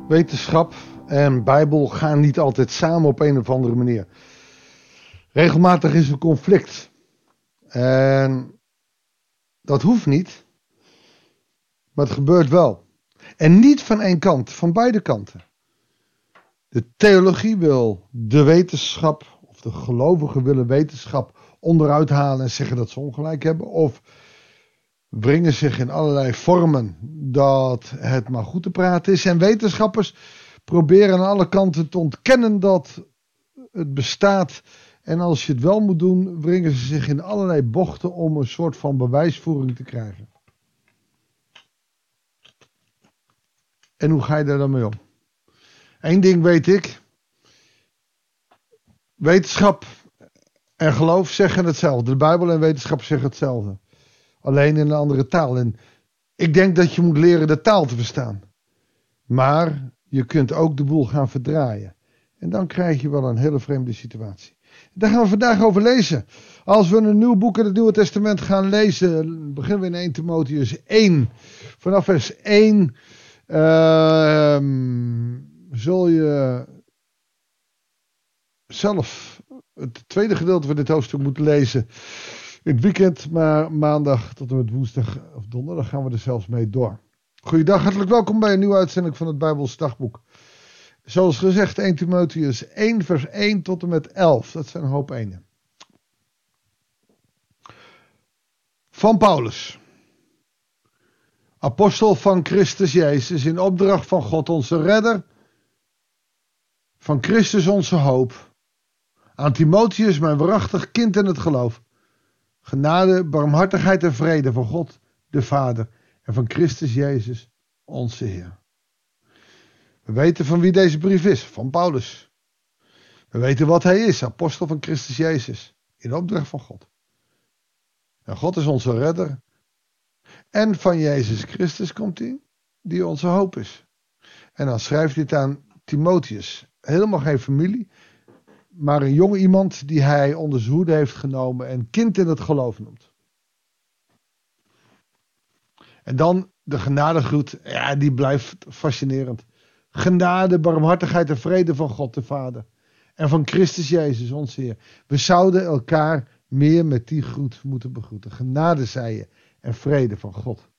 Wetenschap en Bijbel gaan niet altijd samen op een of andere manier. Regelmatig is er conflict. En dat hoeft niet. Maar het gebeurt wel. En niet van één kant, van beide kanten. De theologie wil de wetenschap, of de gelovigen willen wetenschap onderuit halen en zeggen dat ze ongelijk hebben. Of brengen zich in allerlei vormen dat het maar goed te praten is. En wetenschappers proberen aan alle kanten te ontkennen dat het bestaat. En als je het wel moet doen, brengen ze zich in allerlei bochten om een soort van bewijsvoering te krijgen. En hoe ga je daar dan mee om? Eén ding weet ik. Wetenschap en geloof zeggen hetzelfde. De Bijbel en wetenschap zeggen hetzelfde. Alleen in een andere taal. En ik denk dat je moet leren de taal te verstaan. Maar je kunt ook de boel gaan verdraaien. En dan krijg je wel een hele vreemde situatie. Daar gaan we vandaag over lezen. Als we een nieuw boek in het Nieuwe Testament gaan lezen, beginnen we in 1 Timotheüs 1. Vanaf vers 1 zul je zelf het tweede gedeelte van dit hoofdstuk moeten lezen in het weekend, maar maandag tot en met woensdag of donderdag gaan we er zelfs mee door. Goeiedag, hartelijk welkom bij een nieuwe uitzending van het Bijbels Dagboek. Zoals gezegd 1 Timotheüs 1 vers 1 tot en met 11, dat zijn een hoop enen. Van Paulus, apostel van Christus Jezus, in opdracht van God onze redder, van Christus onze hoop, aan Timotheus, mijn waarachtig kind in het geloof, genade, barmhartigheid en vrede van God de Vader en van Christus Jezus onze Heer. We weten van wie deze brief is, van Paulus. We weten wat hij is, apostel van Christus Jezus, in opdracht van God. En God is onze redder. En van Jezus Christus komt hij, die onze hoop is. En dan schrijft hij het aan Timotheus. Helemaal geen familie, maar een jonge iemand die hij onder zijn hoede heeft genomen en kind in het geloof noemt. En dan de genadegroet, ja, die blijft fascinerend. Genade, barmhartigheid en vrede van God de Vader. En van Christus Jezus, onze Heer. We zouden elkaar meer met die groet moeten begroeten. Genade zij je en vrede van God.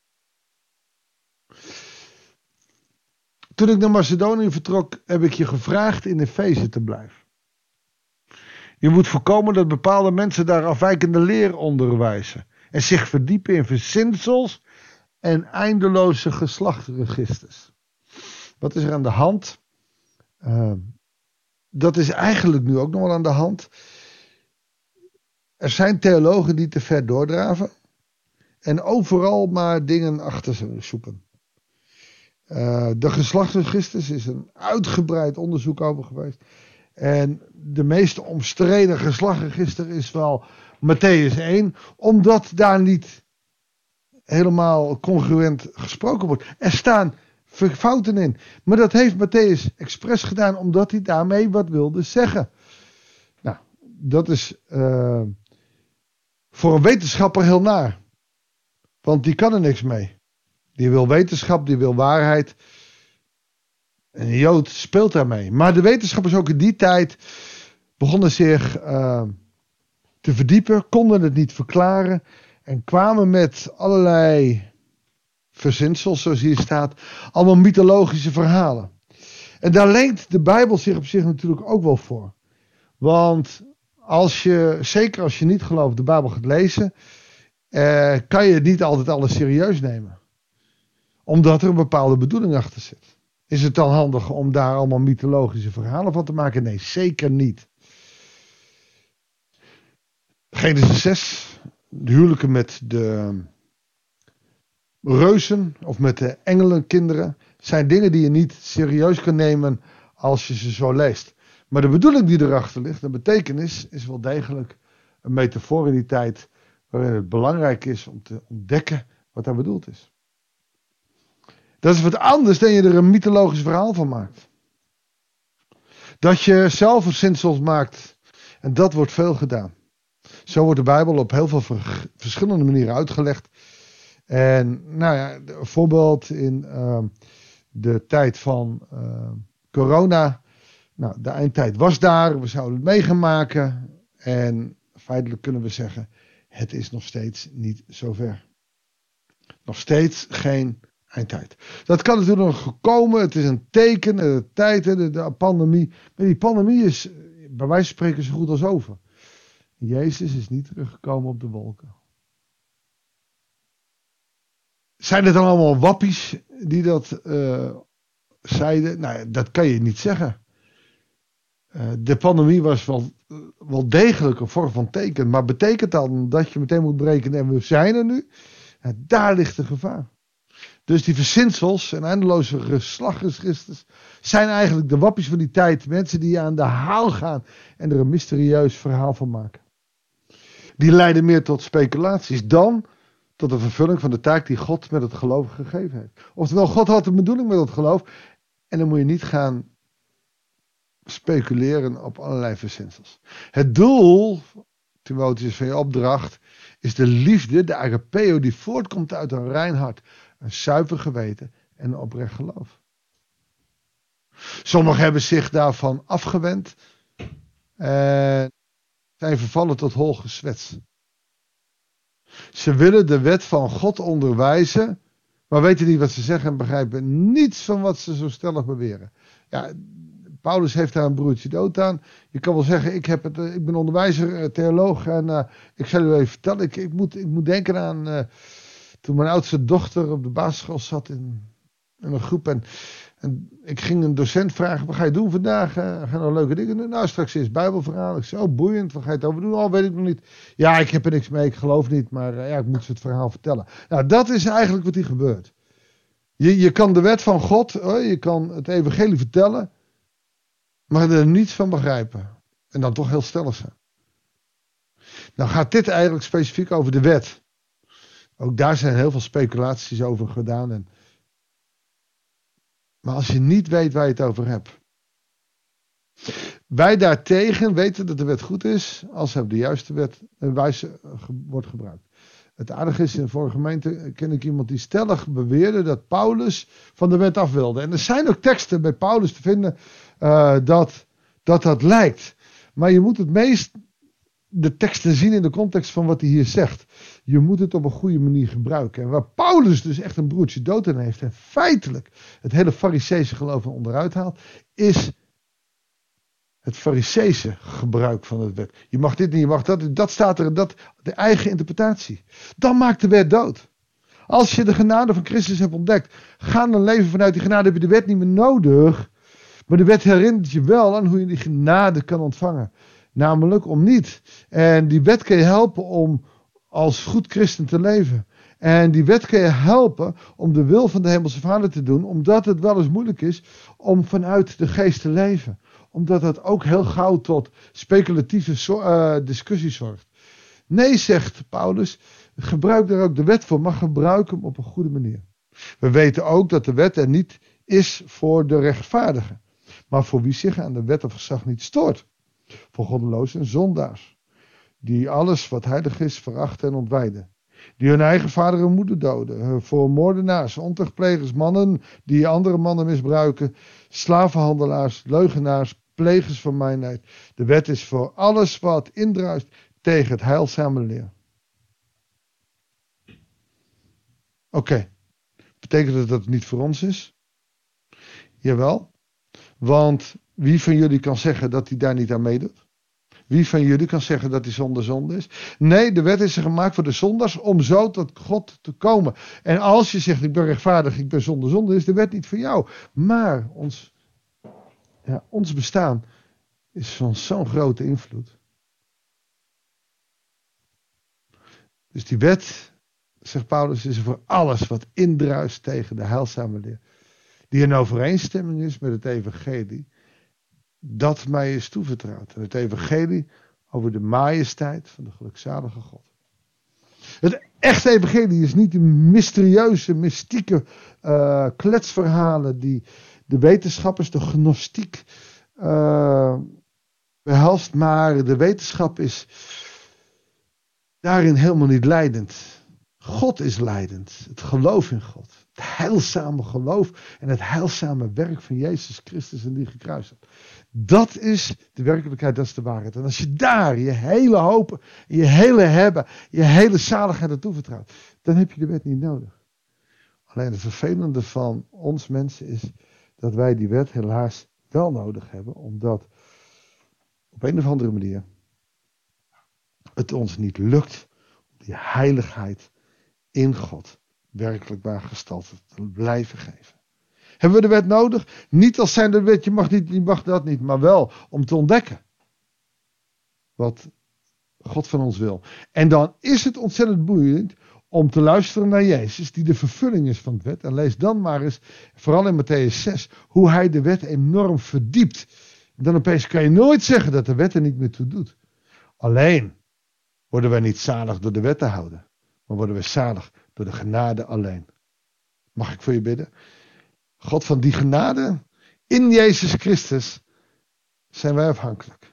Toen ik naar Macedonië vertrok, heb ik je gevraagd in Efeze te blijven. Je moet voorkomen dat bepaalde mensen daar afwijkende leer onderwijzen. En zich verdiepen in verzinsels en eindeloze geslachtsregisters. Wat is er aan de hand? Dat is eigenlijk nu ook nog wel aan de hand. Er zijn theologen die te ver doordraven. En overal maar dingen achter ze zoeken. De geslachtsregisters is een uitgebreid onderzoek over geweest. En de meest omstreden geslachtsregister is wel Mattheüs 1. Omdat daar niet helemaal congruent gesproken wordt. Er staan fouten in. Maar dat heeft Mattheüs expres gedaan omdat hij daarmee wat wilde zeggen. Nou, dat is voor een wetenschapper heel naar. Want die kan er niks mee. Die wil wetenschap, die wil waarheid. En een Jood speelt daarmee. Maar de wetenschappers ook in die tijd begonnen zich te verdiepen, konden het niet verklaren en kwamen met allerlei verzinsels, zoals hier staat, allemaal mythologische verhalen. En daar leent de Bijbel zich op zich natuurlijk ook wel voor. Want zeker als je niet gelooft de Bijbel gaat lezen, kan je niet altijd alles serieus nemen. Omdat er een bepaalde bedoeling achter zit. Is het dan handig om daar allemaal mythologische verhalen van te maken? Nee, zeker niet. Genesis 6, de huwelijken met de reuzen of met de engelenkinderen zijn dingen die je niet serieus kan nemen als je ze zo leest. Maar de bedoeling die erachter ligt, de betekenis, is wel degelijk een metafoor in die tijd waarin het belangrijk is om te ontdekken wat daar bedoeld is. Dat is wat anders dan je er een mythologisch verhaal van maakt. Dat je zelf verzinsels maakt. En dat wordt veel gedaan. Zo wordt de Bijbel op heel veel verschillende manieren uitgelegd. En nou ja, een voorbeeld in de tijd van corona. Nou, de eindtijd was daar. We zouden het mee gaan maken. En feitelijk kunnen we zeggen, het is nog steeds niet zover. Nog steeds geen eindtijd. Dat kan natuurlijk nog komen. Het is een teken, de tijd, de pandemie. Maar die pandemie is bij wijze van spreken zo goed als over. Jezus is niet teruggekomen op de wolken. Zijn het dan allemaal wappies die dat zeiden? Nou, dat kan je niet zeggen. De pandemie was wel degelijk een vorm van teken. Maar betekent dan dat je meteen moet berekenen en we zijn er nu? Daar ligt de gevaar. Dus die verzinsels en eindeloze geslachtsregisters zijn eigenlijk de wappies van die tijd. Mensen die aan de haal gaan en er een mysterieus verhaal van maken. Die leiden meer tot speculaties dan tot de vervulling van de taak die God met het geloof gegeven heeft. Oftewel, God had een bedoeling met het geloof. En dan moet je niet gaan speculeren op allerlei verzinsels. Het doel, Timotheus, van je opdracht is de liefde, de agapeo, die voortkomt uit een rein hart, een zuiver geweten en een oprecht geloof. Sommigen hebben zich daarvan afgewend en zijn vervallen tot hol gezwets. Ze willen de wet van God onderwijzen, maar weten niet wat ze zeggen en begrijpen niets van wat ze zo stellig beweren. Ja, Paulus heeft daar een broertje dood aan. Je kan wel zeggen, ik ben onderwijzer, theoloog en ik zal u even vertellen. Ik moet denken aan toen mijn oudste dochter op de basisschool zat in een groep en ik ging een docent vragen, wat ga je doen vandaag? Ga je nog leuke dingen doen? Nou, straks is Bijbelverhaal. Ik zei, oh boeiend, wat ga je het over doen? Oh, weet ik nog niet. Ja, ik heb er niks mee, ik geloof niet, maar ik moet ze het verhaal vertellen. Nou, dat is eigenlijk wat hier gebeurt. Je kan de wet van God, je kan het evangelie vertellen, maar er niets van begrijpen. En dan toch heel stellig zijn. Nou gaat dit eigenlijk specifiek over de wet. Ook daar zijn heel veel speculaties over gedaan. Maar als je niet weet waar je het over hebt. Wij daartegen weten dat de wet goed is als hij op de juiste wijze wordt gebruikt. Het aardige is, in de vorige gemeente ken ik iemand die stellig beweerde dat Paulus van de wet af wilde. En er zijn ook teksten bij Paulus te vinden dat lijkt. Maar je moet het meest de teksten zien in de context van wat hij hier zegt. Je moet het op een goede manier gebruiken. En waar Paulus dus echt een broertje dood in heeft en feitelijk het hele fariseese geloof van onderuit haalt, is het fariseese gebruik van het wet. Je mag dit niet, je mag dat staat er, de eigen interpretatie. Dan maakt de wet dood. Als je de genade van Christus hebt ontdekt, ga dan leven vanuit die genade, heb je de wet niet meer nodig. Maar de wet herinnert je wel aan hoe je die genade kan ontvangen. Namelijk om niet. En die wet kan je helpen om als goed christen te leven. En die wet kan je helpen om de wil van de hemelse Vader te doen. Omdat het wel eens moeilijk is om vanuit de geest te leven. Omdat dat ook heel gauw tot speculatieve discussies zorgt. Nee, zegt Paulus, gebruik daar ook de wet voor. Maar gebruik hem op een goede manier. We weten ook dat de wet er niet is voor de rechtvaardigen. Maar voor wie zich aan de wet of gezag niet stoort. Voor goddelozen en zondaars. Die alles wat heilig is verachten en ontwijden. Die hun eigen vader en moeder doden. Voor moordenaars, ontuchtplegers, mannen die andere mannen misbruiken. Slavenhandelaars, leugenaars, plegers van mijnheid. De wet is voor alles wat indruist tegen het heilzame leer. Oké. Betekent dat het niet voor ons is? Jawel. Want wie van jullie kan zeggen dat hij daar niet aan meedoet? Wie van jullie kan zeggen dat die zonde is? Nee, de wet is er gemaakt voor de zondaars om zo tot God te komen. En als je zegt, ik ben rechtvaardig, ik ben zonde, is de wet niet voor jou. Maar ons bestaan is van zo'n grote invloed. Dus die wet, zegt Paulus, is er voor alles wat indruist tegen de heilzame leer. Die in overeenstemming is met het evangelie dat mij is toevertrouwd. En het evangelie over de majesteit van de gelukzalige God. Het echte evangelie is niet de mysterieuze, mystieke kletsverhalen die de wetenschappers, de gnostiek behelst. Maar de wetenschap is daarin helemaal niet leidend. God is leidend. Het geloof in God. Het heilzame geloof en het heilzame werk van Jezus Christus en die gekruisigd. Dat is de werkelijkheid, dat is de waarheid. En als je daar je hele hoop, je hele hebben, je hele zaligheid aan toevertrouwt, dan heb je de wet niet nodig. Alleen het vervelende van ons mensen is dat wij die wet helaas wel nodig hebben, omdat op een of andere manier het ons niet lukt om die heiligheid in God werkelijk waar gestalte te blijven geven. Hebben we de wet nodig? Niet als zijn de wet, je mag niet, je mag dat niet, maar wel om te ontdekken wat God van ons wil. En dan is het ontzettend boeiend om te luisteren naar Jezus, die de vervulling is van de wet. En lees dan maar eens, vooral in Matthäus 6, hoe hij de wet enorm verdiept. En dan opeens kan je nooit zeggen dat de wet er niet meer toe doet. Alleen worden wij niet zalig door de wet te houden, maar worden we zalig door de genade alleen. Mag ik voor je bidden? God, van die genade in Jezus Christus zijn wij afhankelijk.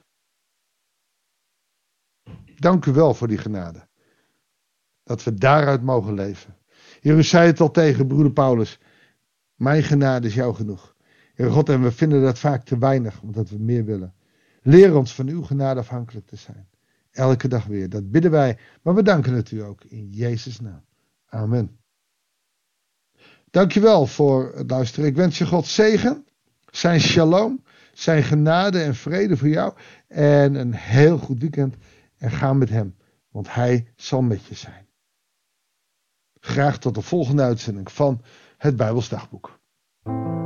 Dank u wel voor die genade. Dat we daaruit mogen leven. Heer, u zei het al tegen broeder Paulus. Mijn genade is jou genoeg. Heer God, en we vinden dat vaak te weinig, omdat we meer willen. Leer ons van uw genade afhankelijk te zijn. Elke dag weer. Dat bidden wij. Maar we danken het u ook in Jezus' naam. Amen. Dankjewel voor het luisteren. Ik wens je God zegen, zijn shalom, zijn genade en vrede voor jou. En een heel goed weekend. En ga met hem, want hij zal met je zijn. Graag tot de volgende uitzending van het Bijbels Dagboek.